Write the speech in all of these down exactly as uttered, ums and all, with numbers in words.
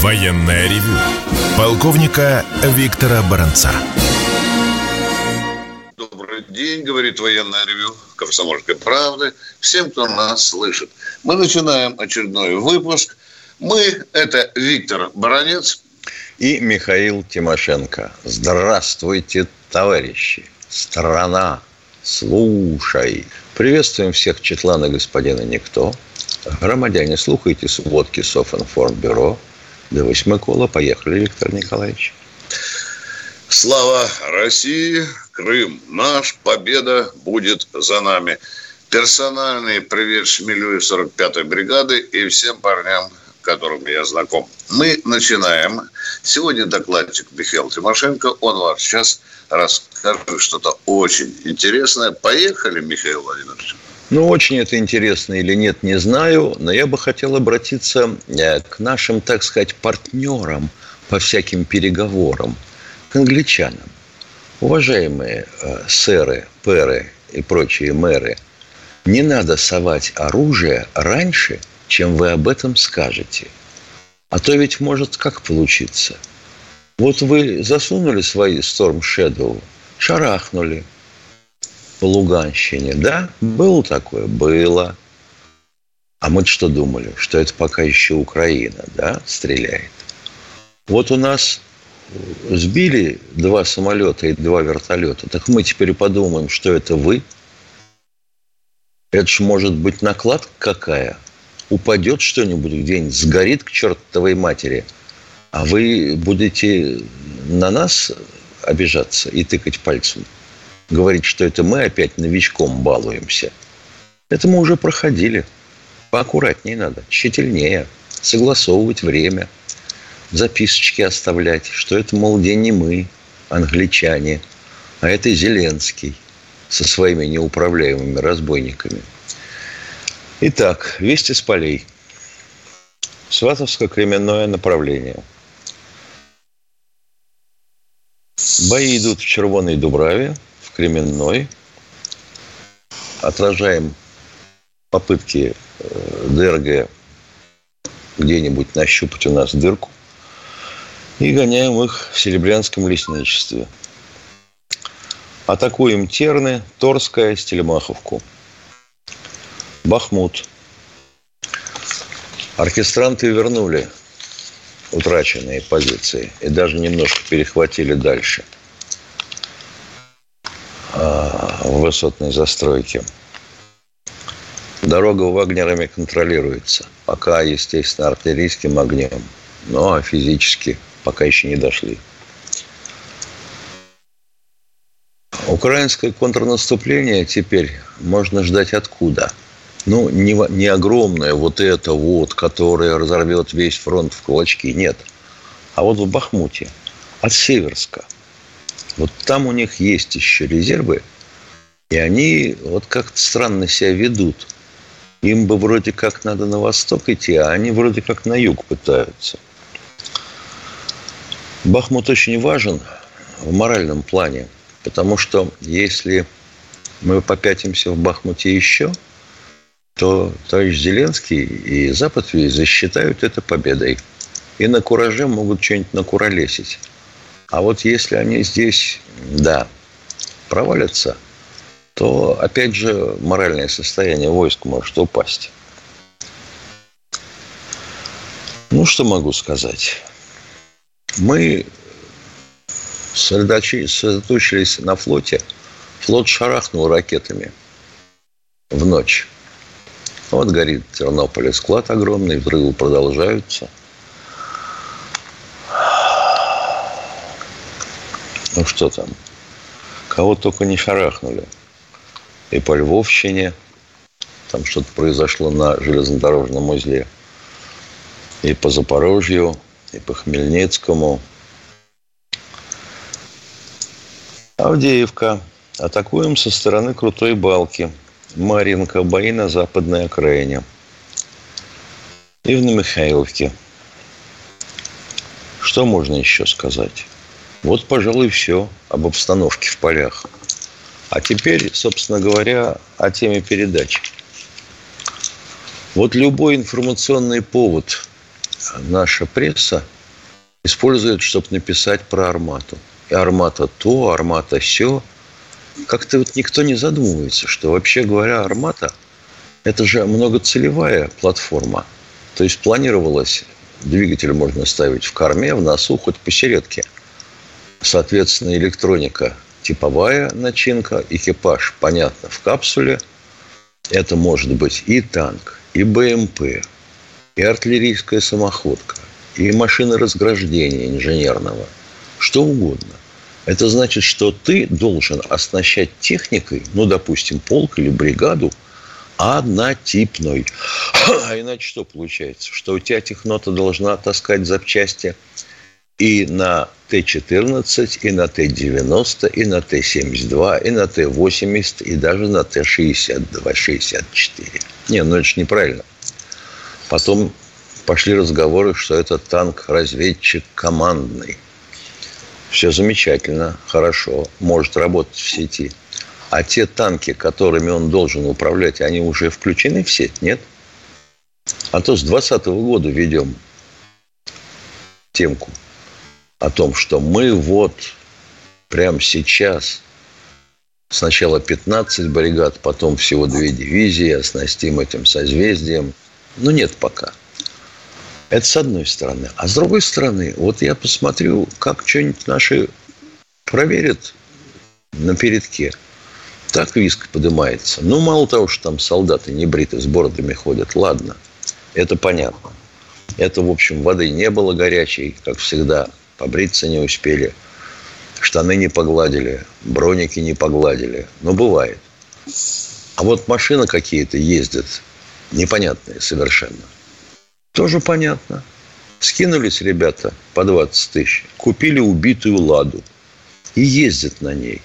Военное ревю полковника Виктора Баранца. Добрый день, говорит Военное ревю «Комсомольской правды» всем, кто нас слышит. Мы начинаем очередной выпуск. Мы – это Виктор Баранец и Михаил Тимошенко. Здравствуйте, товарищи! Страна, слушай! Приветствуем всех Четлана господина Никто. Громадяне, слухайте сводки Софинформбюро. До восьмой кола. Поехали, Виктор Николаевич. Слава России! Крым наш! Победа будет за нами! Персональный привет Шмелю и сорок пятой бригады и всем парням, с которыми я знаком. Мы начинаем. Сегодня докладчик Михаил Тимошенко. Он вам сейчас расскажет что-то очень интересное. Поехали, Михаил Владимирович. Ну, очень это интересно или нет, не знаю, но я бы хотел обратиться к нашим, так сказать, партнерам по всяким переговорам, к англичанам. Уважаемые э, сэры, пэры и прочие мэры, не надо совать оружие раньше, чем вы об этом скажете. А то ведь может как получиться. Вот вы засунули свои Storm Shadow, шарахнули по Луганщине, да? Было такое? Было. А мы что думали? Что это пока еще Украина, да, стреляет? Вот у нас сбили два самолета и два вертолета. Так мы теперь подумаем, что это вы. Это ж может быть накладка какая. Упадет что-нибудь где-нибудь, сгорит к чертовой матери. А вы будете на нас обижаться и тыкать пальцем. Говорить, что это мы опять новичком балуемся. Это мы уже проходили. Поаккуратнее надо, тщательнее. Согласовывать время. Записочки оставлять, что это, мол, день не мы, англичане, а это Зеленский со своими неуправляемыми разбойниками. Итак, вести с полей. Сватовско-Кременное направление. Бои идут в Червоной Дубраве, в Кременной. Отражаем попытки ДРГ где-нибудь нащупать у нас дырку. И гоняем их в Серебрянском лесничестве. Атакуем Терны, Торское, Стельмаховку. Бахмут. Оркестранты вернули утраченные позиции и даже немножко перехватили дальше в высотной застройке. Дорога вагнерами контролируется. Пока, естественно, артиллерийским огнем, но физически пока еще не дошли. Украинское контрнаступление теперь можно ждать откуда? Ну, не, не огромное вот это вот, которое разорвет весь фронт в клочки. Нет. А вот в Бахмуте, от Северска. Вот там у них есть еще резервы. И они вот как-то странно себя ведут. Им бы вроде как надо на восток идти, а они вроде как на юг пытаются. Бахмут очень важен в моральном плане. Потому что если мы попятимся в Бахмуте еще, то товарищ Зеленский и Запад весь засчитают это победой. И на кураже могут что-нибудь накуролесить. А вот если они здесь, да, провалятся, то, опять же, моральное состояние войск может упасть. Ну, что могу сказать? Мы сосредоточились на флоте. Флот шарахнул ракетами в ночь. Вот горит в Тернополе склад огромный, взрывы продолжаются. Ну, что там? Кого только не шарахнули. И по Львовщине. Там что-то произошло на железнодорожном узле. И по Запорожью, и по Хмельницкому. Авдеевка. Атакуем со стороны Крутой Балки. Марьинка. Бои на западной окраине. И в Михайловке. Что можно еще сказать? Вот, пожалуй, все об обстановке в полях. А теперь, собственно говоря, о теме передачи. Вот любой информационный повод наша пресса используют, чтобы написать про Армату. И Армата то, Армата сё. Как-то вот никто не задумывается, что, вообще говоря, Армата – это же многоцелевая платформа. То есть планировалось, двигатель можно ставить в корме, в носу, хоть посередке. Соответственно, электроника типовая начинка, экипаж, понятно, в капсуле. Это может быть и танк, и БМП, и артиллерийская самоходка, и машина разграждения инженерного, что угодно. Это значит, что ты должен оснащать техникой, ну, допустим, полк или бригаду, однотипной. А иначе что получается? Что у тебя технота должна таскать запчасти и на Т четырнадцать, и на Т девяносто, и на Т семьдесят два, и на Т восемьдесят, и даже на Т шестьдесят два, шестьдесят четыре. Не, ну это же неправильно. Потом пошли разговоры, что это танк-разведчик командный. Все замечательно, хорошо, может работать в сети. А те танки, которыми он должен управлять, они уже включены в сеть, нет? А то с двадцатого года ведем темку о том, что мы вот прямо сейчас сначала пятнадцать бригад, потом всего две дивизии, оснастим этим созвездием. Ну, нет пока. Это с одной стороны. А с другой стороны, вот я посмотрю, как что-нибудь наши проверят на передке. Так виск поднимается. Ну, мало того, что там солдаты небритые с бородами ходят. Ладно, это понятно. Это, в общем, воды не было горячей, как всегда. Побриться не успели. Штаны не погладили. Броники не погладили. Ну, бывает. А вот машины какие-то ездят непонятные совершенно. Тоже понятно. Скинулись ребята по двадцать тысяч, купили убитую «Ладу» и ездят на ней.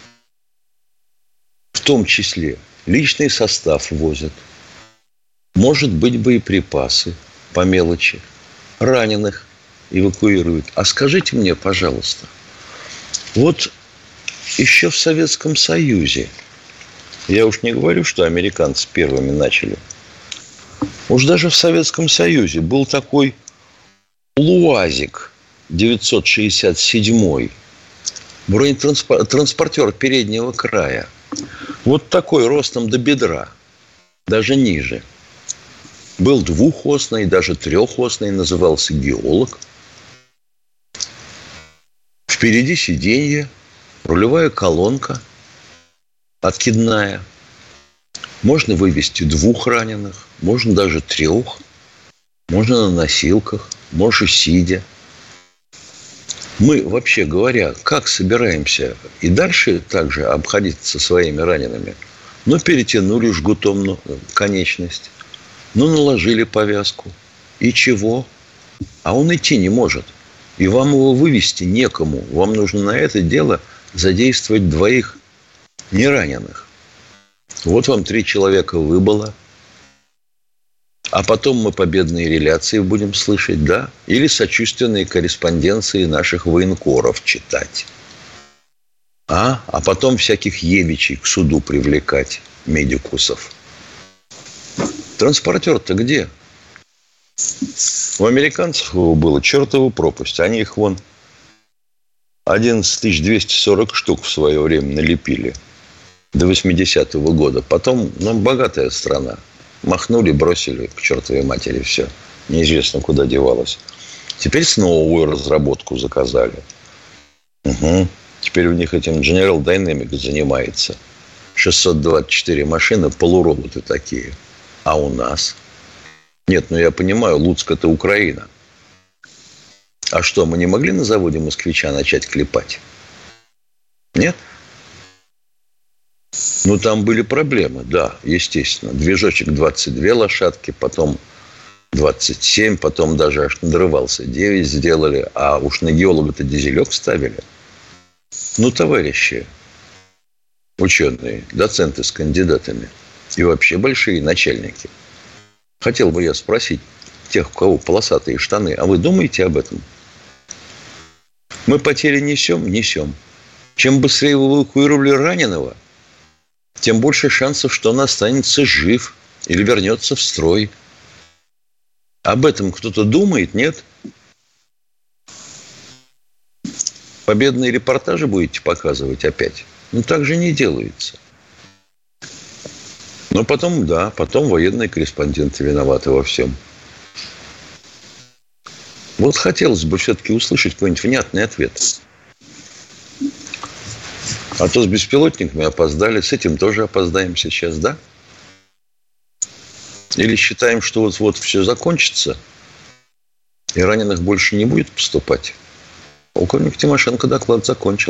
В том числе личный состав возят. Может быть, боеприпасы по мелочи. Раненых эвакуируют. А скажите мне, пожалуйста, вот еще в Советском Союзе, я уж не говорю, что американцы первыми начали, уж даже в Советском Союзе был такой УАЗик девятьсот шестьдесят семь, бронетранспортер переднего края. Вот такой, ростом до бедра, даже ниже. Был двухосный, даже трехосный, назывался «Геолог». Впереди сиденье, рулевая колонка, откидная. Можно вывести двух раненых, можно даже трех. Можно на носилках, можно сидя. Мы, вообще говоря, как собираемся и дальше также обходиться со своими ранеными? Ну, перетянули жгутом конечность. Ну, наложили повязку. И чего? А он идти не может. И вам его вывести некому. Вам нужно на это дело задействовать двоих нераненых. Вот вам три человека выбыло. А потом мы победные реляции будем слышать, да? Или сочувственные корреспонденции наших военкоров читать. А? А потом всяких ебичей к суду привлекать, медикусов. Транспортер-то где? У американцев его было чертова пропасть. Они их вон одиннадцать тысяч двести сорок штук в свое время налепили. До восьмидесятого года. Потом, ну, богатая страна. Махнули, бросили к чертовой матери все. Неизвестно, куда девалось. Теперь снова разработку заказали. Угу. Теперь у них этим General Dynamics занимается. шестьсот двадцать четыре машины, полуроботы такие. А у нас? Нет, ну я понимаю, Луцк – это Украина. А что, мы не могли на заводе «Москвича» начать клепать? Нет? Ну, там были проблемы, да, естественно. Движочек двадцать две лошадки, потом двадцать семь, потом даже аж надрывался девять сделали, а уж на геолога-то дизелек ставили. Ну, товарищи ученые, доценты с кандидатами и вообще большие начальники. Хотел бы я спросить тех, у кого полосатые штаны, а вы думаете об этом? Мы потери несем? Несем. Чем быстрее вы эвакуировали раненого, тем больше шансов, что он останется жив или вернется в строй. Об этом кто-то думает, нет? Победные репортажи будете показывать опять? Ну, так же не делается. Но потом, да, потом военные корреспонденты виноваты во всем. Вот хотелось бы все-таки услышать какой-нибудь внятный ответ. А то с беспилотниками опоздали, с этим тоже опоздаем сейчас, да? Или считаем, что вот-вот все закончится, и раненых больше не будет поступать? Полковник Тимошенко доклад закончил.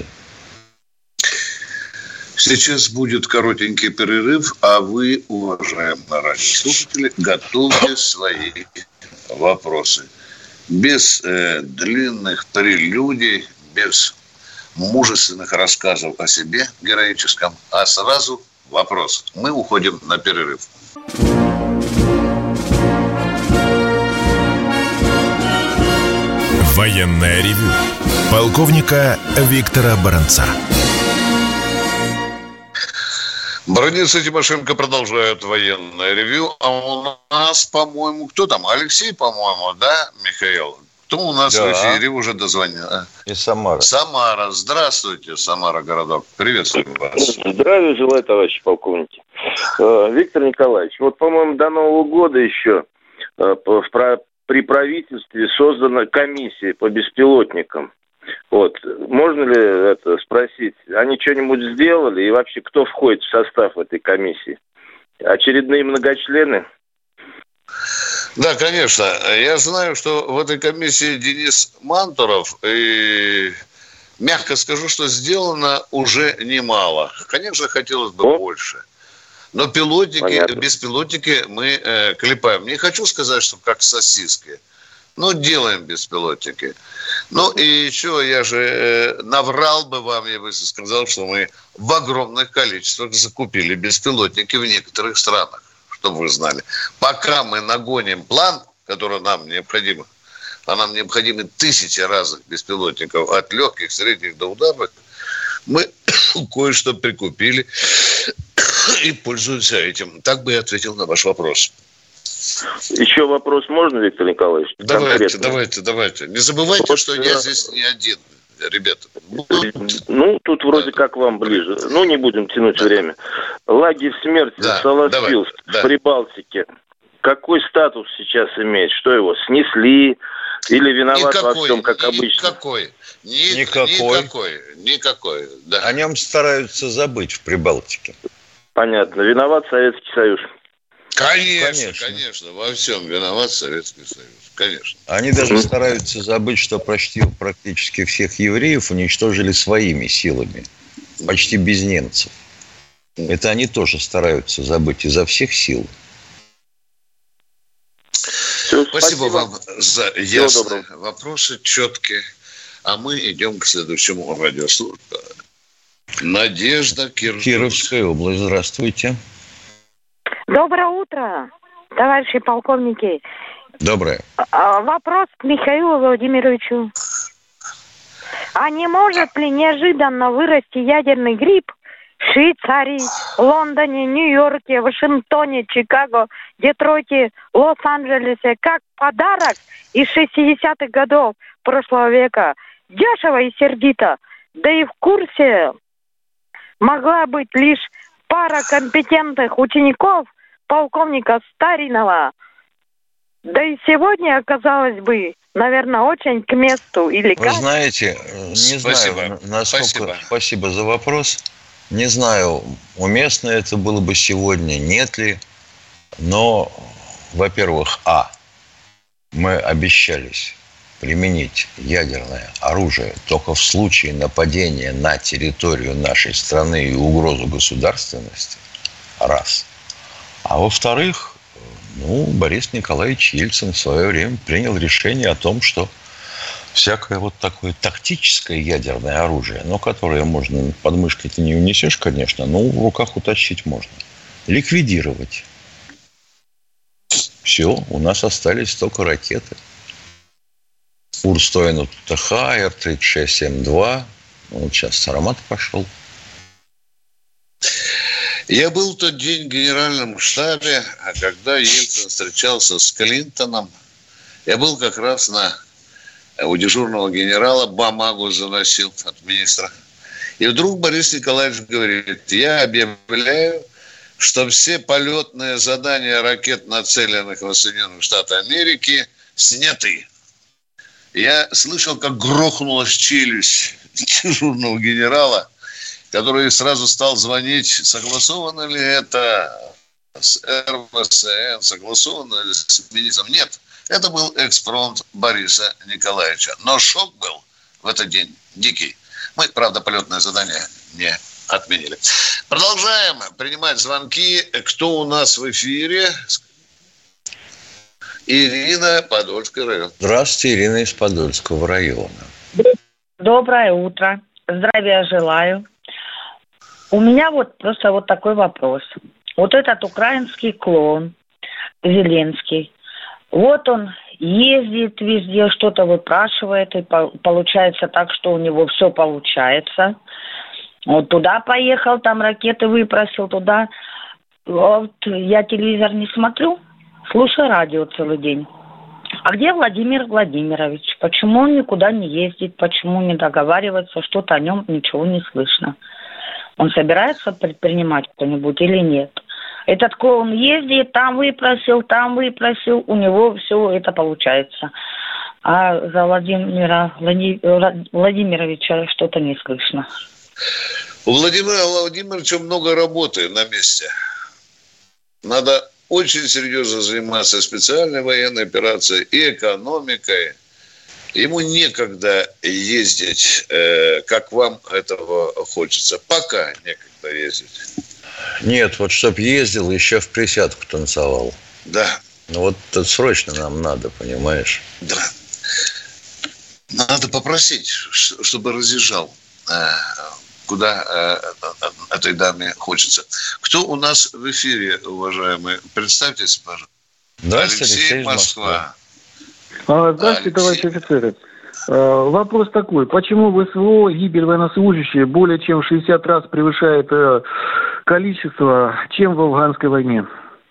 Сейчас будет коротенький перерыв, а вы, уважаемые радиослушатели, готовьте свои вопросы. Без э, длинных прелюдий, без мужественных рассказов о себе героическом, а сразу вопрос. Мы уходим на перерыв. Военное ревю полковника Виктора Баранца. Баранец и Тимошенко продолжают военное ревью. А у нас, по-моему, кто там? Алексей, по-моему, да, Михаил? Кто у нас да. в эфире уже дозвонил? Из Самары. Самара. Здравствуйте, Самара, городок. Приветствую вас. Здравия желаю, товарищи полковники. Виктор Николаевич, вот, по-моему, до Нового года еще при правительстве создана комиссия по беспилотникам. Вот. Можно ли это спросить? Они что-нибудь сделали? И вообще, кто входит в состав этой комиссии? Очередные многочлены? Да, конечно. Я знаю, что в этой комиссии Денис Мантуров, и мягко скажу, что сделано уже немало. Конечно, хотелось бы О. больше. Но пилотники, Понятно. беспилотники мы э, клепаем. Не хочу сказать, что как сосиски. Ну, делаем беспилотники. Ну, и еще я же э, наврал бы вам, я бы сказал, что мы в огромных количествах закупили беспилотники в некоторых странах, чтобы вы знали. Пока мы нагоним план, который нам необходим, а нам необходимы тысячи разных беспилотников, от легких, средних до ударных, мы кое-что прикупили и пользуемся этим. Так бы я ответил на ваш вопрос. Еще вопрос можно, Виктор Николаевич? Давайте, конкретно? давайте, давайте. Не забывайте, вот, что я здесь не один, ребята. Ну, тут вроде да. как вам ближе. Ну, не будем тянуть да. время. Лагерь смерти да. Солоспилск да. в Прибалтике. Какой статус сейчас имеет? Что его, снесли? Или виноват никакой, во всем, как обычно? Никакой. Ни, никакой. Никакой. Никакой. Да. О нем стараются забыть в Прибалтике. Понятно. Виноват Советский Союз. Конечно, конечно, конечно, во всем виноват Советский Союз, конечно. Они даже стараются забыть, что почти практически всех евреев уничтожили своими силами, почти без немцев. Это они тоже стараются забыть изо всех сил. Все, спасибо, спасибо вам за ясные вопросы, четкие. А мы идем к следующему радиослушателю. Надежда, Кировская. Кировская область, здравствуйте. Доброе утро, товарищи полковники. Доброе. Вопрос к Михаилу Владимировичу. А не может ли неожиданно вырасти ядерный гриб в Швейцарии, Лондоне, Нью-Йорке, Вашингтоне, Чикаго, Детройте, Лос-Анджелесе как подарок из шестидесятых годов прошлого века? Дешево и сердито. Да и в курсе могла быть лишь пара компетентных учеников полковника Старинова. Да и сегодня, казалось бы, наверное, очень к месту. Или Вы как? знаете, не спасибо. знаю, насколько... Спасибо. Спасибо за вопрос. Не знаю, уместно это было бы сегодня, нет ли. Но, во-первых, а, мы обещались применить ядерное оружие только в случае нападения на территорию нашей страны и угрозу государственности. Раз. А во-вторых, ну, Борис Николаевич Ельцин в свое время принял решение о том, что всякое вот такое тактическое ядерное оружие, но которое можно под мышкой ты не унесешь, конечно, но в руках утащить можно. Ликвидировать. Все, у нас остались только ракеты. Урстоин ТХ, Р тридцать шесть семь два. Вот сейчас Сарамат пошел. Я был в тот день в генеральном штабе, а когда Ельцин встречался с Клинтоном, я был как раз на у дежурного генерала бумагу заносил от министра. И вдруг Борис Николаевич говорит: я объявляю, что все полетные задания ракет, нацеленных на Соединенные Штаты Америки, сняты. Я слышал, как грохнулась челюсть дежурного генерала, который сразу стал звонить, согласовано ли это с эр вэ эс эн, согласовано ли с министром. Нет, это был экспромт Бориса Николаевича. Но шок был в этот день дикий. Мы, правда, полетное задание не отменили. Продолжаем принимать звонки. Кто у нас в эфире? Ирина, Подольский район. Здравствуйте, Ирина из Подольского района. Доброе утро. Здравия желаю. У меня вот просто вот такой вопрос. Вот этот украинский клоун Зеленский, вот он ездит везде, что-то выпрашивает, и получается так, что у него все получается. Вот туда поехал, там ракеты выпросил, туда. Вот я телевизор не смотрю, слушаю радио целый день. А где Владимир Владимирович? Почему он никуда не ездит? Почему не договаривается? Что-то о нем ничего не слышно. Он собирается предпринимать что-нибудь или нет? Этот клоун ездит, там выпросил, там выпросил, у него все это получается. А за Владимира Владимировича что-то не слышно. У Владимира Владимировича много работы на месте. Надо очень серьезно заниматься специальной военной операцией и экономикой. Ему некогда ездить, э, как вам этого хочется. Пока некогда ездить. Нет, вот чтоб ездил, еще в присядку танцевал. Да. Ну вот это срочно нам надо, понимаешь? Да. Надо попросить, чтобы разъезжал, куда этой даме хочется. Кто у нас в эфире, уважаемые? Представьтесь, пожалуйста. Здравствуйте, Алексей, Алексей, Москва. Здравствуйте, товарищи офицеры. Вопрос такой. Почему в СВО гибель военнослужащих более чем в шестьдесят раз превышает количество, чем в афганской войне?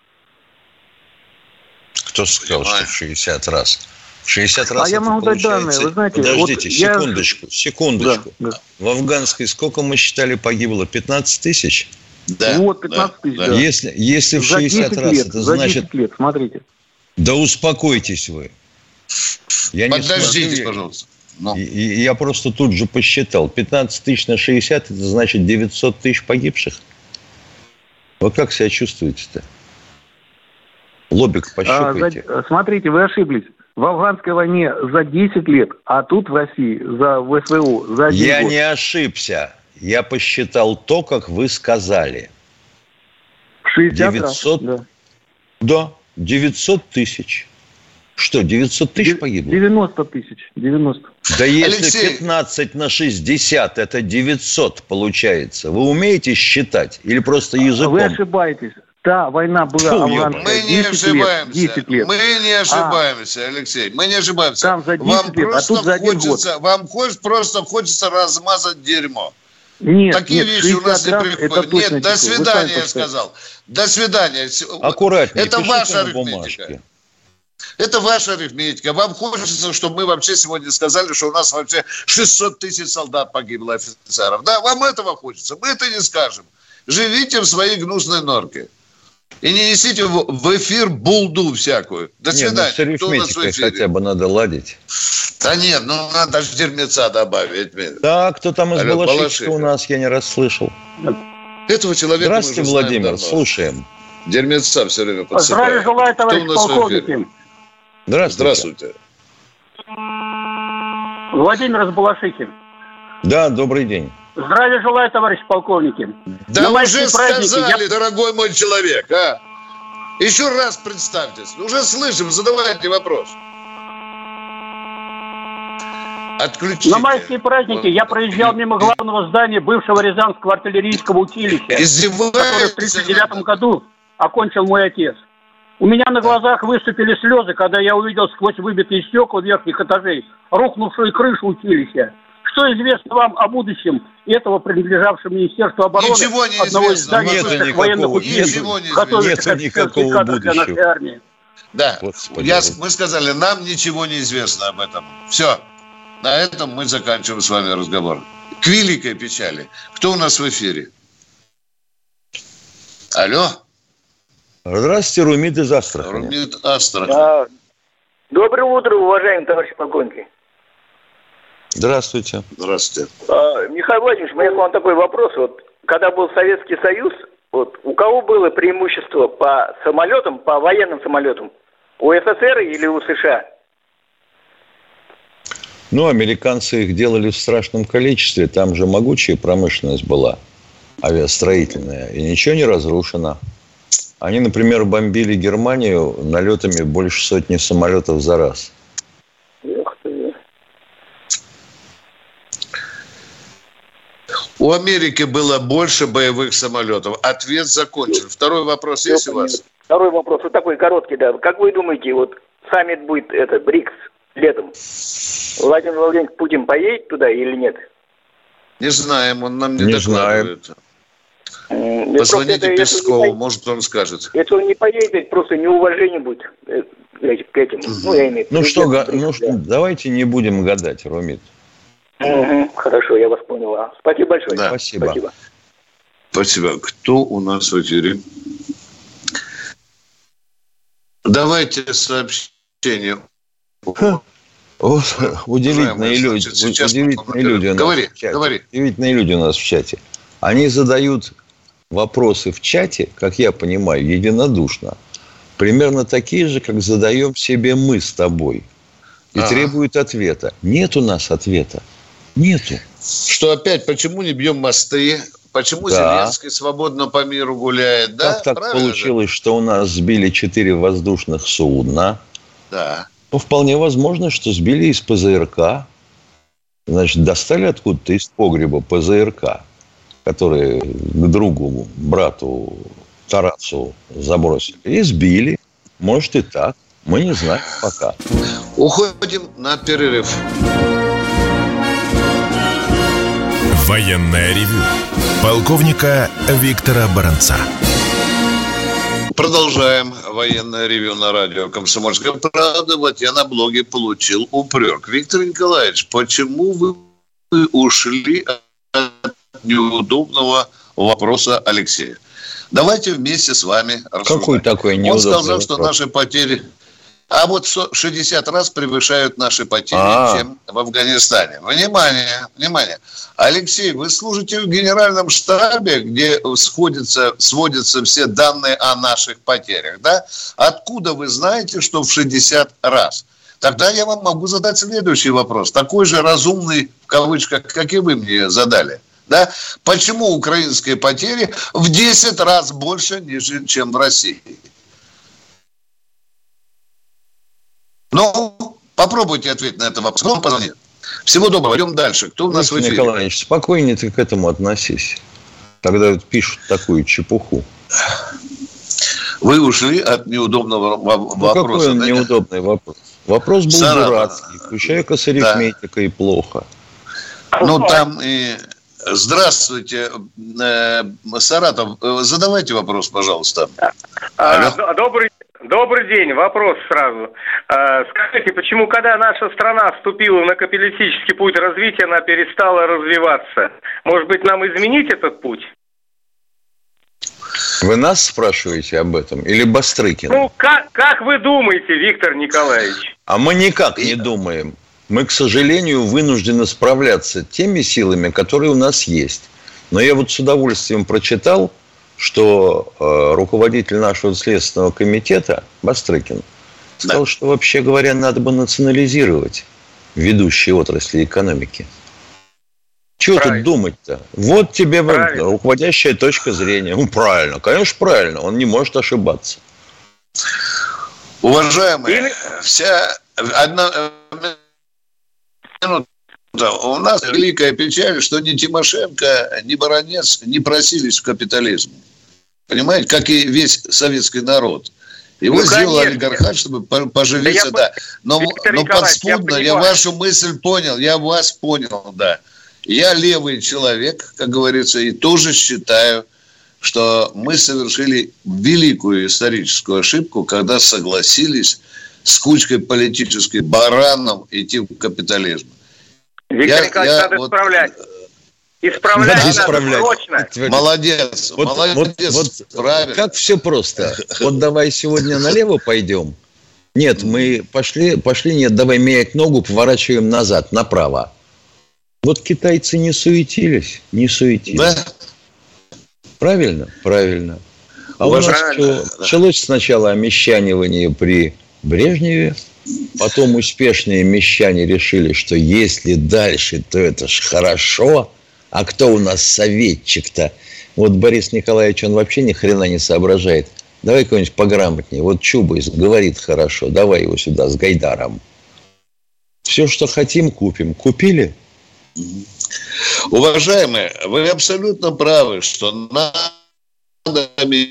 Кто сказал, что в шестьдесят раз? В шестьдесят раз а я могу дать данные, вы знаете. Подождите, вот секундочку, я... секундочку. Да, да. В афганской сколько мы считали погибло? пятнадцать тысяч? Да. Вот, пятнадцать тысяч, да. да. Если, если в шестьдесят раз, лет, это за значит... десять лет, смотрите. Да успокойтесь вы. Я Подождите, не смотрю, пожалуйста. Но. И, и я просто тут же посчитал. пятнадцать тысяч на шестьдесят, это значит девятьсот тысяч погибших. Вы как себя чувствуете-то? Лобик пощупайте. А, за, смотрите, вы ошиблись. В афганской войне за десять лет, а тут в России за ВСВО за один Я год. не ошибся. Я посчитал то, как вы сказали. шестьдесят девятьсот раз, да. Да, девятьсот тысяч. Что, девятьсот тысяч погибло? девяносто тысяч. девяносто. Да если Алексей. пятнадцать на шестьдесят, это девятьсот получается. Вы умеете считать? Или просто языком? Вы ошибаетесь. Та война была Фу, афганская. Мы не ошибаемся. десять лет. Мы не ошибаемся, а, Алексей. Мы не ошибаемся. Там за десять вам лет, а просто тут за один хочется, год. Вам хочется, просто хочется размазать дерьмо. Нет, Такие нет, вещи у нас не раз приходят. Нет, до свидания, я сказал. До свидания. Аккуратнее. Это пишите ваша на арифметика. бумажке. Это ваша арифметика. Вам хочется, чтобы мы вообще сегодня сказали, что у нас вообще шестьсот тысяч солдат погибло, офицеров. Да, вам этого хочется. Мы это не скажем. Живите в своей гнусной норке. И не несите в эфир булду всякую. До свидания. Нет, ну, с арифметикой хотя бы надо ладить. Да нет, ну надо же дерьмеца добавить. Да, кто там из Алло, Балашихи Балашиха. у нас, я не раз слышал. Этого человека Здравствуйте, мы уже знаем Владимир, давно. слушаем. Дерьмеца все время подсыпаем. Здравия желаю, товарищ полковник. Здравствуйте. Здравствуйте. Владимир из Балашихи. Да, добрый день. Здравия желаю, товарищ полковники. Да На уже майские праздники сказали, я- дорогой мой человек, а? Еще раз представьтесь. Уже слышим, задавайте вопрос. Отключите. На майские праздники я проезжал мимо главного здания бывшего Рязанского артиллерийского училища, которое в Издеваетесь? тридцать девятом году окончил мой отец. У меня на глазах выступили слезы, когда я увидел сквозь выбитые стекла верхних этажей рухнувшую крышу училища. Что известно вам о будущем этого принадлежавшего Министерству обороны? Ничего не одного из известно. зданий Нету бывших никакого- военных нету- училищ, ничего не готовящих известно. Нету офицерских никакого кадров для будущего. нашей армии. Да. Господи. Я, мы сказали, нам ничего не известно об этом. Все. на этом мы заканчиваем с вами разговор. К великой печали. Кто у нас в эфире? Алло. Здравствуйте, Румит из Астрахани. Румит Астрахани. А, доброе утро, уважаемые товарищи полковники. Здравствуйте. Здравствуйте. А, Михаил Владимирович, у меня к вам такой вопрос. Вот, когда был Советский Союз, вот, у кого было преимущество по самолетам, по военным самолетам? У СССР или у США? Ну, американцы их делали в страшном количестве. Там же могучая промышленность была, авиастроительная, и ничего не разрушено. Они, например, бомбили Германию налетами больше сотни самолетов за раз. Эх ты. У Америки было больше боевых самолетов. Ответ закончен. Второй вопрос есть у вас? Второй вопрос, вот такой короткий, да. Как вы думаете, вот саммит будет, это, БРИКС, летом? Владимир Владимирович Путин поедет туда или нет? Не знаем, он нам не, не докладывает. Знаем. Позвоните это, Пескову, не, может, он скажет. Если он не поедет, просто неуважение будет к этим. Ну, я имею в виду. Ну, что, га- ну что, давайте не будем гадать, Румит. Угу, хорошо, я вас понял. Спасибо большое. Да. Спасибо. Спасибо. Спасибо. Кто у нас в эфире? Давайте сообщение. Ха. Вот, удивительные люди. Сейчас Удивительные люди у нас говори, в чате. говори. Удивительные люди у нас в чате. Они задают вопросы в чате, как я понимаю, единодушно. Примерно такие же, как задаем себе мы с тобой. И ага. требуют ответа. Нет у нас ответа. Нету. Что опять, почему не бьем мосты? Почему да. Зеленский свободно по миру гуляет? Да? Как так Правильно получилось, же? что у нас сбили четыре воздушных судна? Да. Ну, вполне возможно, что сбили из ПЗРК. Значит, достали откуда-то из погреба ПЗРК, которые к другу, брату Тарасу забросили. И сбили. Может и так. Мы не знаем пока. Уходим на перерыв. Военное ревю полковника Виктора Баранца. Продолжаем военное ревю на радио «Комсомольская правда». Вот я на блоге получил упрек. Виктор Николаевич, почему вы ушли от неудобного вопроса Алексея? Давайте вместе с вами рассуждать. Какой такой неудобный Он сказал, вопрос? что наши потери... А вот шестьдесят раз превышают наши потери, А-а-а. чем в Афганистане. Внимание, внимание. Алексей, вы служите в генеральном штабе, где сходятся, сводятся все данные о наших потерях, да? Откуда вы знаете, что в шестьдесят раз? Тогда я вам могу задать следующий вопрос. Такой же разумный, в кавычках, как и вы мне задали. Да? Почему украинские потери в десять раз больше, ниже, чем в России? Ну, попробуйте ответить на этот вопрос. Вам позвонит. Всего доброго. Идем дальше. Кто у нас Виктор в эфире? Николаевич, спокойнее ты к этому относись. Тогда пишут такую чепуху. Вы ушли от неудобного вопроса. Ну, какой он да, неудобный нет? Вопрос? Вопрос был Саратов. дурацкий. Включая с арифметикой да. плохо. Ну, там и... Здравствуйте, Саратов. Задавайте вопрос, пожалуйста. А, добрый Добрый день. Вопрос сразу. Скажите, почему, когда наша страна вступила на капиталистический путь развития, она перестала развиваться? Может быть, нам изменить этот путь? Вы нас спрашиваете об этом? Или Бастрыкина? Ну, как, как вы думаете, Виктор Николаевич? А мы никак не думаем. Мы, к сожалению, вынуждены справляться теми силами, которые у нас есть. Но я вот с удовольствием прочитал, что э, руководитель нашего Следственного комитета Бастрыкин сказал, да. что, вообще говоря, надо бы национализировать ведущие отрасли экономики. Чего тут думать-то? Вот тебе правильно. руководящая точка зрения. Ну, правильно, конечно, правильно. Он не может ошибаться. Уважаемые, Или... вся одна минута. У нас великая печаль, что ни Тимошенко, ни Баранец не просились в капитализм. Понимаете, как и весь советский народ. Его ну, сделал олигархат, чтобы поживиться, да. да. Но, но подспудно, я, я вашу мысль понял, я вас понял, да. Я левый человек, как говорится, и тоже считаю, что мы совершили великую историческую ошибку, когда согласились с кучкой политических баранов идти в капитализм. Виктор я, Николаевич, я надо вот... исправлять. Исправлять надо исправлять. Срочно. Молодец, вот, молодец. Вот, вот, правильно. Как все просто. Вот давай сегодня налево пойдем. Нет, мы пошли, пошли, нет, давай менять ногу, поворачиваем назад, направо. Вот китайцы не суетились, не суетились. Да? Правильно? Правильно. А Уважаемый. У нас что, началось сначала омещанивание при Брежневе, потом успешные мещане решили, что если дальше, то это ж хорошо. А кто у нас советчик-то? Вот Борис Николаевич, он вообще ни хрена не соображает. Давай кого-нибудь пограмотнее. Вот Чубайс говорит хорошо. Давай его сюда с Гайдаром. Все, что хотим, купим. Купили? Уважаемые, вы абсолютно правы, что надо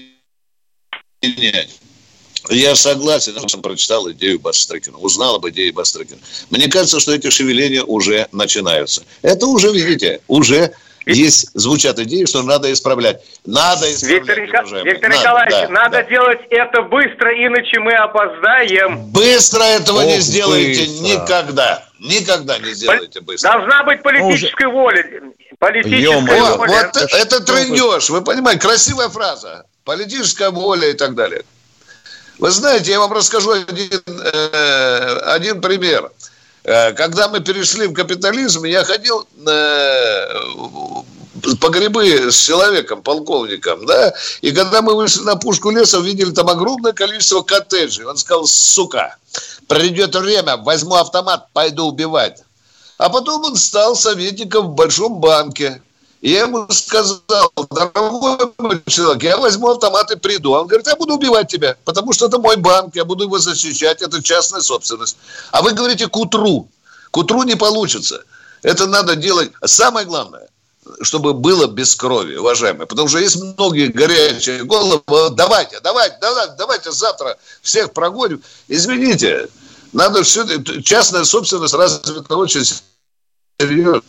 менять. Я согласен, я прочитал идею Бастрыкина, узнал об идее Бастрыкина. Мне кажется, что эти шевеления уже начинаются. Это уже, видите, уже есть, звучат идеи, что надо исправлять. Надо исправлять, Виктор, Ника... Виктор надо, Николаевич, да, надо да. делать это быстро, иначе мы опоздаем. Быстро этого О, не сделаете быстро. никогда. Никогда не сделаете быстро. Должна быть политическая уже... воля. Политическая воля. Вот это, это трындеж, вы понимаете, красивая фраза. Политическая воля и так далее. Вы знаете, я вам расскажу один, э, один пример. Э, когда мы перешли в капитализм, я ходил э, по грибы с человеком, полковником, да, и когда мы вышли на пушку леса, увидели там огромное количество коттеджей. Он сказал: сука, придет время, возьму автомат, пойду убивать. А потом он стал советником в большом банке. И я ему сказал: дорогой мой человек, я возьму автомат и приду. Он говорит: я буду убивать тебя, потому что это мой банк, я буду его защищать, это частная собственность. А вы говорите к утру. К утру не получится. Это надо делать. Самое главное, чтобы было без крови, уважаемые. Потому что есть многие горячие головы. Давайте, давайте, давайте, давайте завтра всех прогоним. Извините, надо все... Частная собственность развита очень серьезно.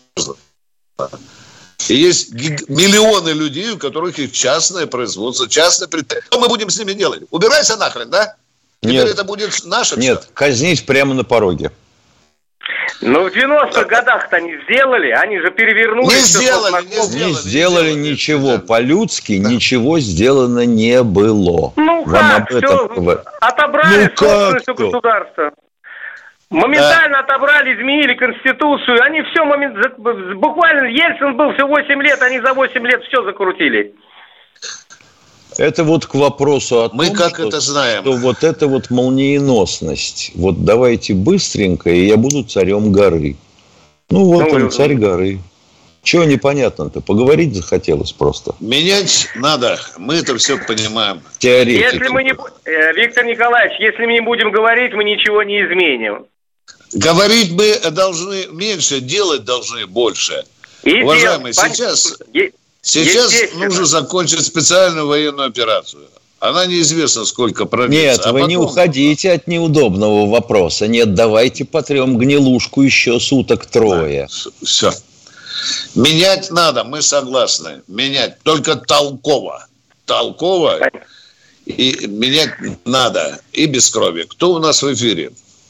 И есть миллионы людей, у которых их частное производство, частное предприятие. Что мы будем с ними делать? Убирайся нахрен, да? Теперь Нет. это будет наше? Нет, все? Казнить прямо на пороге. Ну, в девяностых годах-то они сделали, они же перевернули. Не сделали, не сделали. Не сделали ничего. По-людски да. ничего сделано не было. Ну Вам как, все отобрали ну, собственность у государства. Моментально да. отобрали, изменили Конституцию. Они все момент... Буквально Ельцин был всего восемь лет, они за восемь лет все закрутили. Это вот к вопросу о том, Мы как что, это знаем. что вот эта вот молниеносность. Вот давайте быстренько, и я буду царем горы. Ну вот ну, он, царь горы. Чего непонятно-то? Поговорить захотелось просто. Менять надо. Мы это все понимаем. Теоретики. Если мы не... Виктор Николаевич, если мы не будем говорить, мы ничего не изменим. Говорить мы должны меньше, делать должны больше. И уважаемые, дел... сейчас, е... сейчас нужно закончить специальную военную операцию. Она неизвестно сколько продлится. Нет, а вы потом... не уходите от неудобного вопроса. Нет, давайте потрем гнилушку еще суток трое. Да, все. Менять надо, мы согласны. Менять, только толково. Толково. И менять надо. И без крови. Кто у нас в эфире?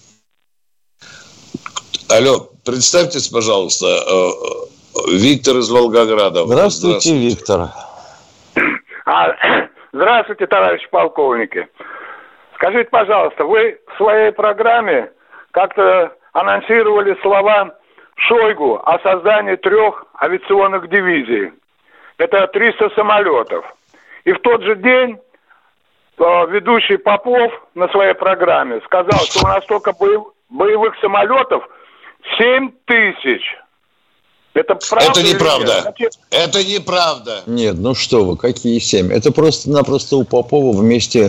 Алло, представьтесь, пожалуйста, Виктор из Волгограда. Здравствуйте, Здравствуйте. Виктор. А, здравствуйте, товарищи полковники. Скажите, пожалуйста, вы в своей программе как-то анонсировали слова Шойгу о создании трех авиационных дивизий. Это триста самолетов. И в тот же день ведущий Попов на своей программе сказал, что у нас только боев, боевых самолетов семь тысяч. Это правда? Это неправда. Это неправда. Нет, ну что вы, какие семь? Это просто-напросто у Попова вместе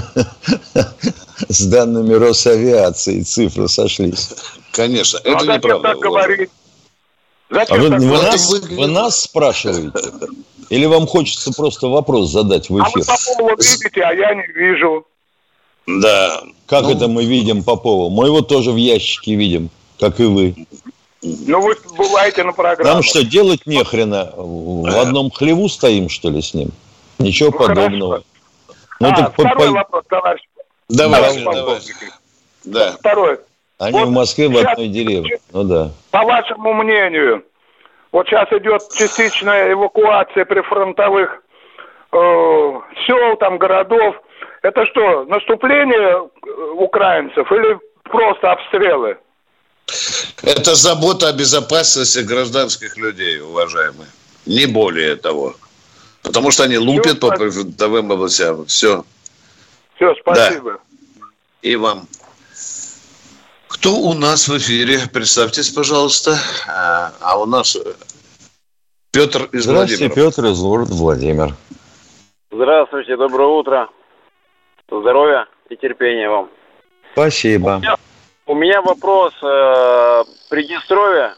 с данными Росавиации цифры сошлись. Конечно, это а неправда. Так говорить? А вы, вы, нас, вы нас спрашиваете? Или вам хочется просто вопрос задать в эфир? А вы Попова видите, а я не вижу. Да. Как ну... это мы видим Попова? Мы его тоже в ящике видим, как и вы. Ну, вы бываете на программе. Нам что, делать нехрена? В одном хлеву стоим, что ли, с ним? Ничего ну, подобного. Ну, а, так второй по... вопрос, товарищ. Давай, давай. Да. Второй. Они вот в Москве в сейчас, одной деревне. Ну да. По вашему мнению, вот сейчас идет частичная эвакуация прифронтовых э, сел, там, городов. Это что, наступление украинцев или просто обстрелы? Это забота о безопасности гражданских людей, уважаемые. Не более того. Потому что они лупят Все, по прифронтовым областям. Все. Все, спасибо. Да. И вам. Кто у нас в эфире? Представьтесь, пожалуйста. А, а у нас Петр из Владимира. Здравствуйте, Петр из города Владимир. Здравствуйте, доброе утро. Здоровья и терпения вам. Спасибо. У меня, у меня вопрос. Э, Приднестровье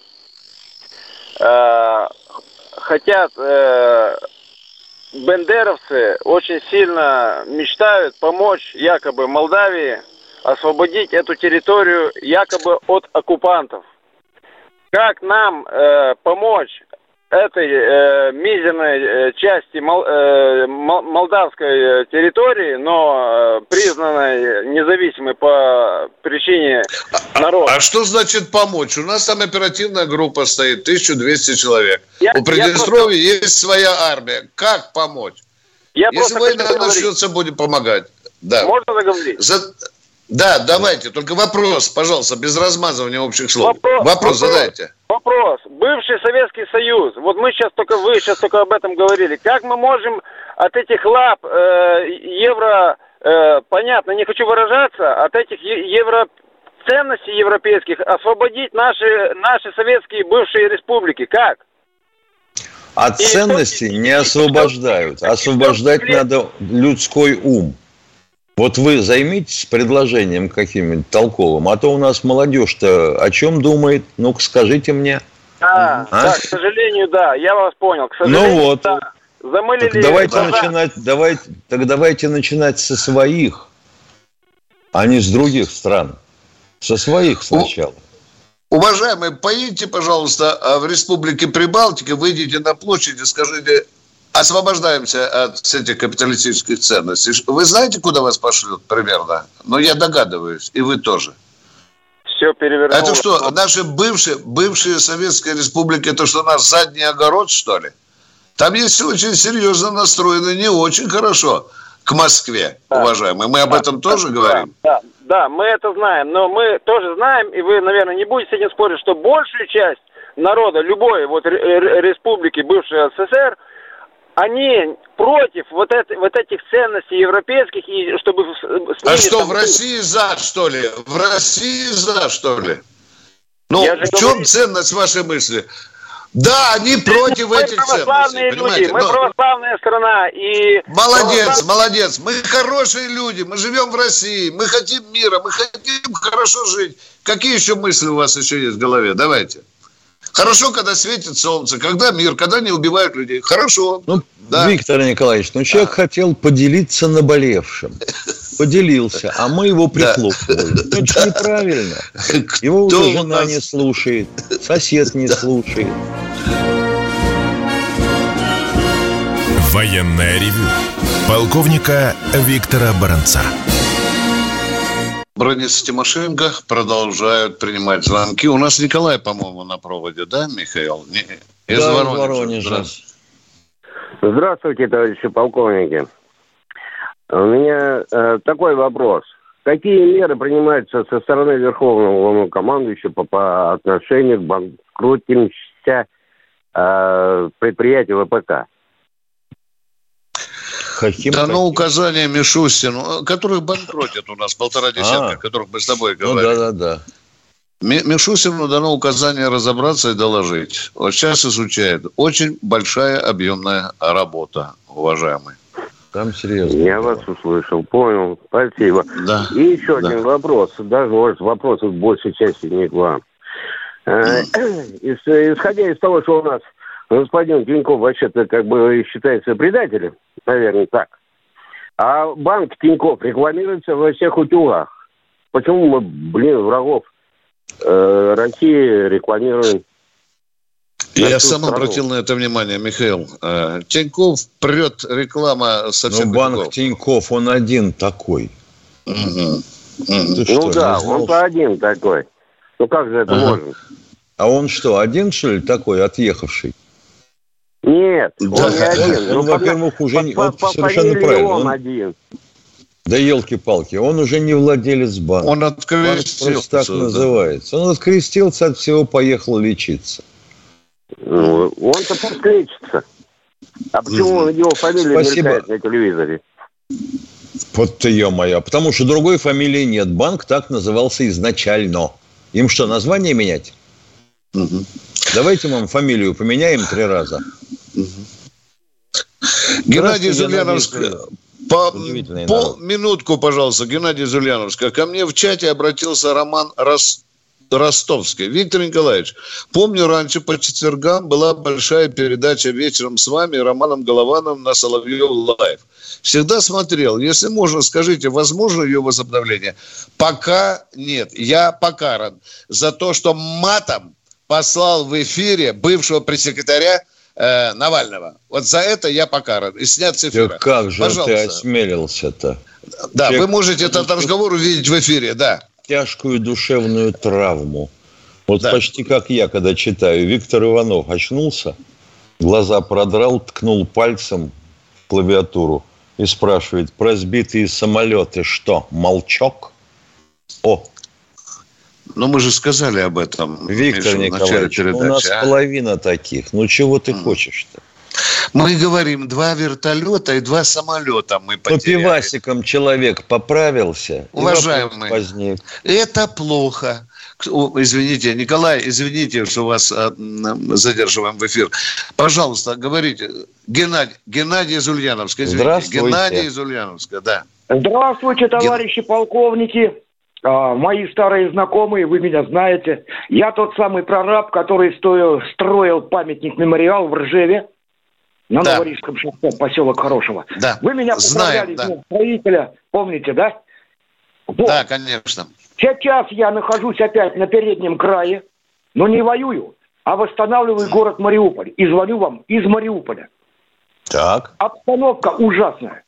э, хотят... Э, бендеровцы очень сильно мечтают помочь якобы Молдавии освободить эту территорию якобы от оккупантов. Как нам э, помочь этой э, мизерной э, части мол, э, молдавской территории, но э, признанной независимой по причине народа? А, а что значит помочь? У нас там оперативная группа стоит, тысяча двести человек. Я, У Приднестровья просто... есть своя армия. Как помочь? Я Если война начнется, будем помогать. Да. Можно договорить? За... Да, давайте. Только вопрос, пожалуйста, без размазывания общих слов. Вопрос, вопрос, вопрос задайте. Вопрос. Бывший Советский Союз. Вот мы сейчас только, вы сейчас только об этом говорили. Как мы можем от этих лап э, евро, э, понятно, не хочу выражаться, от этих евро ценностей европейских освободить наши, наши советские бывшие республики? Как? От И ценностей что... не освобождают. Освобождать надо людской ум. Вот вы займитесь предложением каким-нибудь толковым, а то у нас молодежь-то о чем думает? Ну-ка, скажите мне. Да, а? да, к сожалению, да, я вас понял. К сожалению, ну вот. Да. Замылили. Так давайте глаза. начинать, давайте, так давайте начинать со своих, а не с других стран. Со своих сначала. Уважаемые, поедете, пожалуйста, в Республике Прибалтики, выйдите на площадь и скажите... Освобождаемся от этих капиталистических ценностей. Вы знаете, куда вас пошлют примерно? Но я догадываюсь, и вы тоже. Все перевернулось. Это что, наши бывшие, бывшие советские республики, это что, наш задний огород, что ли? Там есть очень серьезно настроены не очень хорошо к Москве, да. уважаемые. Мы об да, этом тоже да, говорим? Да, да, мы это знаем. Но мы тоже знаем, и вы, наверное, не будете с этим спорить, что большую часть народа любой вот республики бывшей СССР они против вот, это, вот этих ценностей европейских, и чтобы... С ними, а что, там... в России за, что ли? В России за, что ли? Ну, в чем говорю... ценность вашей мысли? Да, они против мы этих ценностей, люди, мы Но... православная страна, и... Молодец, православ... молодец. Мы хорошие люди, мы живем в России, мы хотим мира, мы хотим хорошо жить. Какие еще мысли у вас еще есть в голове? Давайте. Хорошо, когда светит солнце, когда мир, когда не убивают людей. Хорошо. Ну, да. Виктор Николаевич, ну человек а. хотел поделиться наболевшим. Поделился, а мы его прихлопнули. Да. Это же неправильно. Его Кто уже жена нас... не слушает, сосед не слушает. Военное ревю полковника Виктора Баранца. Бронец Тимошенко продолжают принимать звонки. У нас Николай, по-моему, на проводе, да, Михаил? Не, из да, Воронежа. Воронежа. Здравствуйте. Здравствуйте, товарищи полковники. У меня э, такой вопрос. Какие меры принимаются со стороны Верховного Главнокомандующего по, по отношению к банкротящимся э, предприятию ВПК? Каким Дано каким? указание Мишустину, которых банкротят у нас полтора десятка, а, которых мы с тобой говорили. Ну да, да, да. Мишустину дано указание разобраться и доложить. Вот сейчас изучает. Очень большая объемная работа, уважаемый. Там серьезно. Я вас услышал, понял. Спасибо. Да. И еще да. один вопрос. Даже, может, вопрос в большей части не к вам. Исходя из того, что у нас господин Тинькофф вообще-то как бы считается предателем, наверное, так. А банк Тинькофф рекламируется во всех утюгах. Почему мы, блин, врагов э, России рекламируем? Я сам страну? обратил на это внимание, Михаил. Тинькофф прет реклама со всех Ну, банк утюгов. Тинькофф, он один такой. Угу. Угу. Ну что, да, он-то один такой. Ну как же это ага. можно? А он что, один, что ли, такой, отъехавший? Нет, он да. не один. Он, он во-первых, уже по, не... По, он по, совершенно правильно. Он он... один. Да елки-палки, он уже не владелец банка. Он открестился. Банк просто так да. называется. Он открестился, от всего поехал лечиться. Ну, он-то пусть лечится. А почему mm-hmm. его фамилия Спасибо. мелькает на телевизоре? Вот ты, ё-моё. Потому что другой фамилии нет. Банк так назывался изначально. Им что, название менять? Угу. Давайте мы вам фамилию поменяем три раза. Угу. Геннадий из Ульяновска. По, по минутку, пожалуйста, Геннадий из Ульяновска. Ко мне в чате обратился Роман Рос... Ростовский. Виктор Николаевич, помню, раньше по четвергам была большая передача вечером с вами, Романом Головановым на Соловьев Лайв. Всегда смотрел. Если можно, скажите, возможно ее возобновление? Пока нет. Я покаран за то, что матом послал в эфире бывшего пресс-секретаря э, Навального. Вот за это я покаран. И снят с эфира. Да как же Пожалуйста. Ты осмелился-то? Да, Человек... вы можете этот разговор увидеть в эфире, да. Тяжкую душевную травму. Вот да. почти как я, когда читаю. Виктор Иванов очнулся, глаза продрал, ткнул пальцем в клавиатуру и спрашивает: про сбитые самолеты что, молчок? О! Ну, мы же сказали об этом. Виктор Миша, Николаевич, у нас а? половина таких. Ну, чего ты mm. хочешь-то? Мы говорим, два вертолета и два самолета мы потеряли. Но пивасиком человек поправился. Уважаемый, это плохо. Извините, Николай, извините, что вас задерживаем в эфир. Пожалуйста, говорите. Геннадий, Геннадий из Ульяновска. Извините. Здравствуйте. Геннадий из Ульяновска, да. Здравствуйте, товарищи Ген... полковники. А, мои старые знакомые, вы меня знаете. Я тот самый прораб, который строил, строил памятник-мемориал в Ржеве. На да. Новорижском шоссе, поселок Хорошего. Да. Вы меня поздравляли, да. строителя, помните, да? Вот. Да, конечно. Сейчас я нахожусь опять на переднем крае, но не воюю, а восстанавливаю город Мариуполь. И звоню вам из Мариуполя. Так. Обстановка ужасная.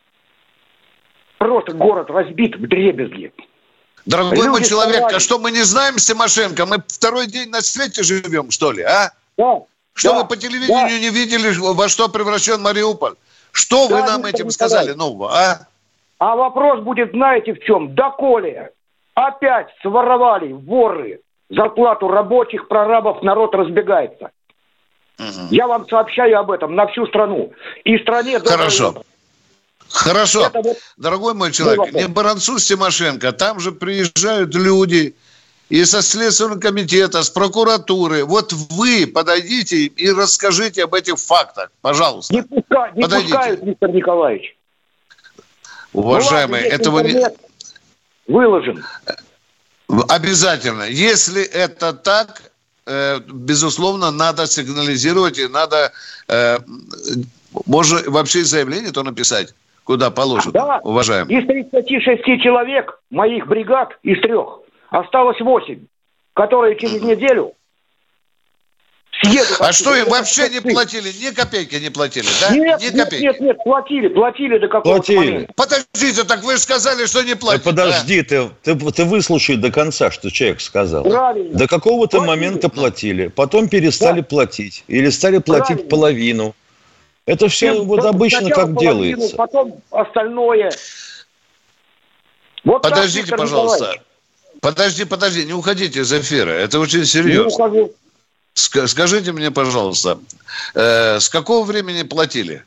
Просто город разбит вдребезги. Дорогой Люди мой человек, старались. А что, мы не знаем с Тимошенко? Мы второй день на свете живем, что ли, а? Да. Что да, вы по телевидению да. не видели, во что превращен Мариуполь? Что да, вы нам этим сказали нового, а? А вопрос будет, знаете, в чем? Доколе опять своровали воры зарплату рабочих, прорабов, народ разбегается. Угу. Я вам сообщаю об этом на всю страну. И стране... Хорошо. Добрый... Хорошо. Вот... Дорогой мой человек, ну, не баранцу с Тимошенко. Там же приезжают люди... И со Следственного комитета, с прокуратуры. Вот вы подойдите и расскажите об этих фактах, пожалуйста. Не, пуска, не пускают, Виктор Николаевич. Уважаемый, ну, ладно, этого не... Выложен. Обязательно. Если это так, э, безусловно, надо сигнализировать и надо, э, можно вообще заявление то написать, куда положено, да. уважаемый. Из тридцати шести человек, моих бригад, из трех, осталось восемь, которые через неделю съедут. А что им вообще не платили? Ни копейки не платили, да? Нет, Ни нет, нет, нет, платили, платили до какого-то момента. Подождите, так вы же сказали, что не платили. Да подожди, да? Ты, ты, ты выслушай до конца, что человек сказал. Правильно. До какого-то платили. момента платили, потом перестали да. платить. Или стали платить Правильно. половину. Это все Нет, вот обычно как половину, делается. Потом остальное. Вот Подождите, так, пожалуйста. Николаевич. Подожди, подожди, не уходите из эфира. Это очень серьезно. Не ухожу. Скажите мне, пожалуйста, э, с какого времени платили?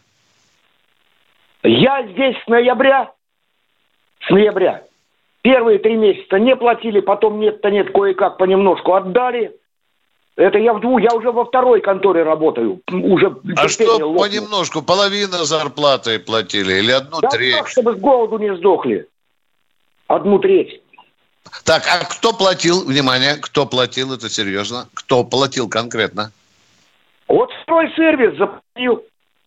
Я здесь с ноября. С ноября. Первые три месяца не платили, потом нет-то нет, кое-как понемножку отдали. Это я в двух, я уже во второй конторе работаю. Уже а что лопнул. Понемножку? Половина зарплаты платили или одну да треть? Так, чтобы с голоду не сдохли. Одну треть. Так, а кто платил, внимание, кто платил, это серьезно? Кто платил конкретно? Вот стройсервис заплатил.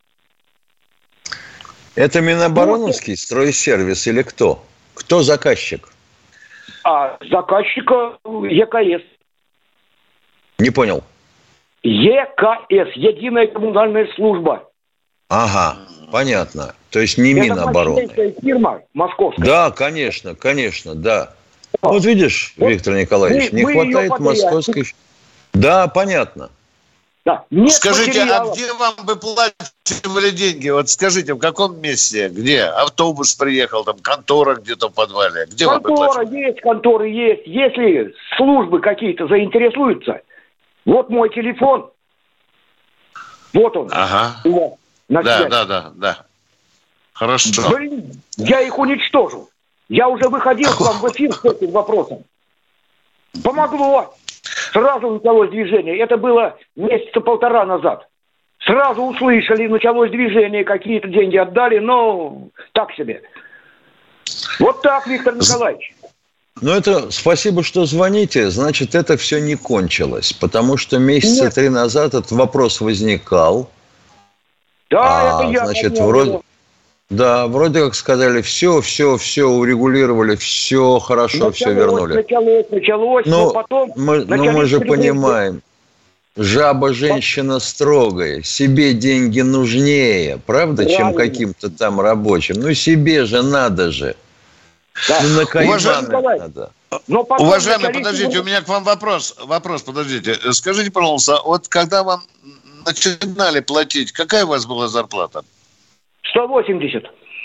Это Минобороновский стройсервис или кто? Кто заказчик? А заказчика ЕКС. Не понял. ЕКС, Единая коммунальная служба. Ага, понятно. То есть не Минобороны. Это фирма московская. Да, конечно, конечно, да. Вот видишь, вот Виктор Николаевич, мы, не мы хватает московской... Да, понятно. Да. Скажите, материалов. А где вам выплачивали деньги? Вот скажите, в каком месте? Где? Автобус приехал, там контора где-то в подвале. Где контора вам есть, конторы есть. Если службы какие-то заинтересуются, вот мой телефон. Вот он. Ага. Вот, да, связи. да, да, да. Хорошо. Блин, я их уничтожу. Я уже выходил к вам в эфир с этим вопросом. Помогло. Сразу началось движение. Это было месяца полтора назад. Сразу услышали, началось движение, какие-то деньги отдали, но так себе. Вот так, Виктор Николаевич. Ну, это спасибо, что звоните. Значит, это все не кончилось. Потому что месяца Нет. три назад этот вопрос возникал. Да, а, это я. Значит, вроде... Да, вроде как сказали, все, все, все урегулировали, все хорошо, началось, все вернули. Началось, началось, но, но потом... Мы, но мы же понимаем, жаба женщина строгая, себе деньги нужнее, правда, Правильно. чем каким-то там рабочим. Ну, себе же надо же. Да. Ну, на Уважаемый, надо. Уважаемый, начались... подождите, у меня к вам вопрос. Вопрос, подождите. Скажите, пожалуйста, вот когда вам начинали платить, какая у вас была зарплата? сто восемьдесят.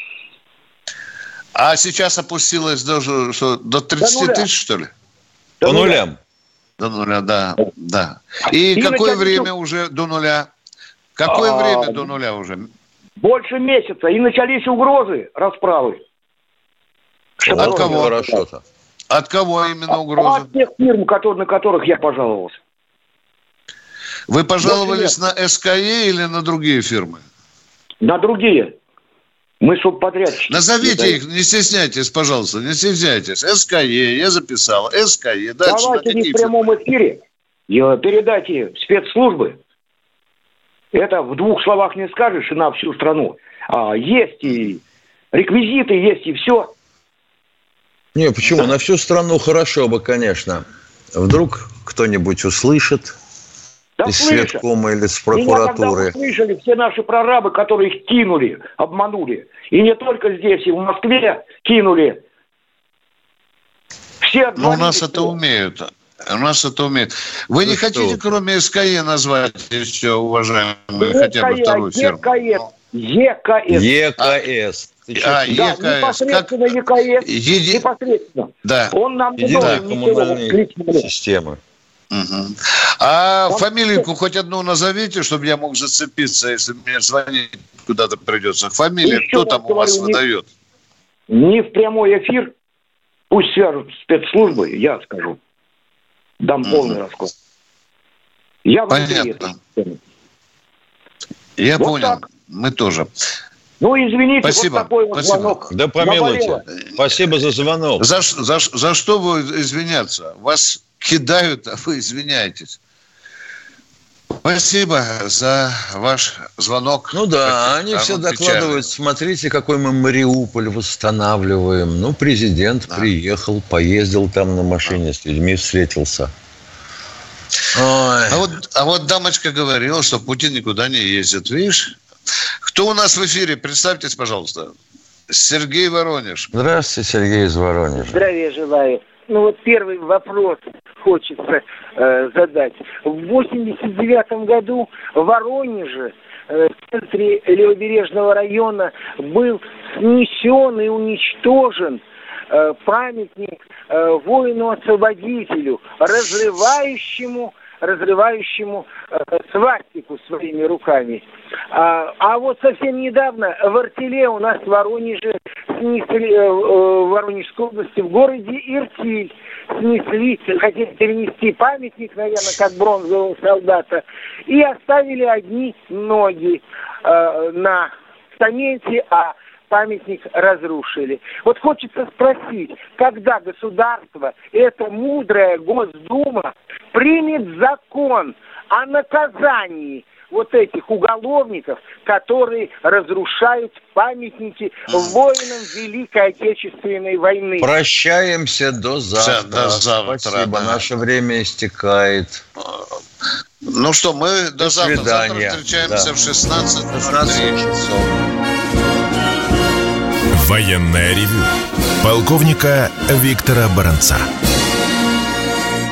А сейчас опустилось до, что, до тридцать тысяч, что ли? До, до нуля. До нуля, да. да. И, И какое время начались... уже до нуля? Какое а, время до нуля уже? Больше месяца. И начались угрозы расправы. От От кого? Хорошо-то. От кого именно угрозы? От тех фирм, которые, на которых я пожаловался. Вы пожаловались на СКЕ или на другие фирмы? На другие. Мы субподрядчики. Назовите их, не стесняйтесь, пожалуйста, не стесняйтесь. СКЕ, я записал. СКЕ. Дальше давайте не в прямом эфире. Передайте спецслужбы. Это в двух словах не скажешь и на всю страну. А есть и реквизиты, есть и все. Не, почему? На всю страну хорошо бы, конечно. Вдруг кто-нибудь услышит. Да из следкома или с прокуратуры. Меня услышали все наши прорабы, которые их кинули, обманули. И не только здесь, и в Москве кинули. Все ну, у нас это умеют. У нас это умеют. Вы ну не что? хотите, кроме СКЕ, назвать еще, уважаемые, ЕКС, хотя бы вторую фирму? ЕКС. ЕКС. А, ЕКС. Да, непосредственно как... ЕКС. Еди... Непосредственно. Да. Он нам не должен ничего. Системы. Угу. А вот фамилийку это... хоть одну назовите, чтобы я мог зацепиться, если мне звонить куда-то придется. Фамилия, кто там говорю, у вас не, выдает? Не в прямой эфир. Пусть свяжут спецслужбы, я скажу. Дам угу. полный расклад. Я Понятно. Я вот понял. Так. Мы тоже. Ну, извините, Спасибо. вот такой вот Спасибо. звонок. Да помилуйте. Спасибо за звонок. За, за, за что вы извиняться? Вас кидают, а вы извиняетесь. Спасибо за ваш звонок. Ну да, они все докладывают, смотрите, какой мы Мариуполь восстанавливаем. Ну, президент да. приехал, поездил там на машине, с людьми встретился. Ой. А, вот, а вот дамочка говорила, что Путин никуда не ездит. Видишь? Кто у нас в эфире? Представьтесь, пожалуйста. Сергей Воронеж. Здравствуйте, Сергей из Воронежа. Здравия желаю. Ну вот первый вопрос хочется э, задать. В восемьдесят девятом году в Воронеже, э, в центре Левобережного района, был снесен и уничтожен э, памятник э, воину-освободителю, разрывающему разрывающему э, свастику своими руками. А, а вот совсем недавно в Артиле у нас в Воронеже снесли, э, в Воронежской области, в городе Иртиль снесли, хотели перенести памятник, наверное, как бронзового солдата, и оставили одни ноги э, на постаменте, а памятник разрушили. Вот хочется спросить, когда государство, эта мудрая Госдума, примет закон о наказании вот этих уголовников, которые разрушают памятники воинам Великой Отечественной войны. Прощаемся до завтра. Все, до завтра. Спасибо, да. Наше время истекает. Ну что, мы до, до завтра. Свидания. Завтра встречаемся да. в шестнадцать часов. Военное ревю Полковника Виктора Баранца.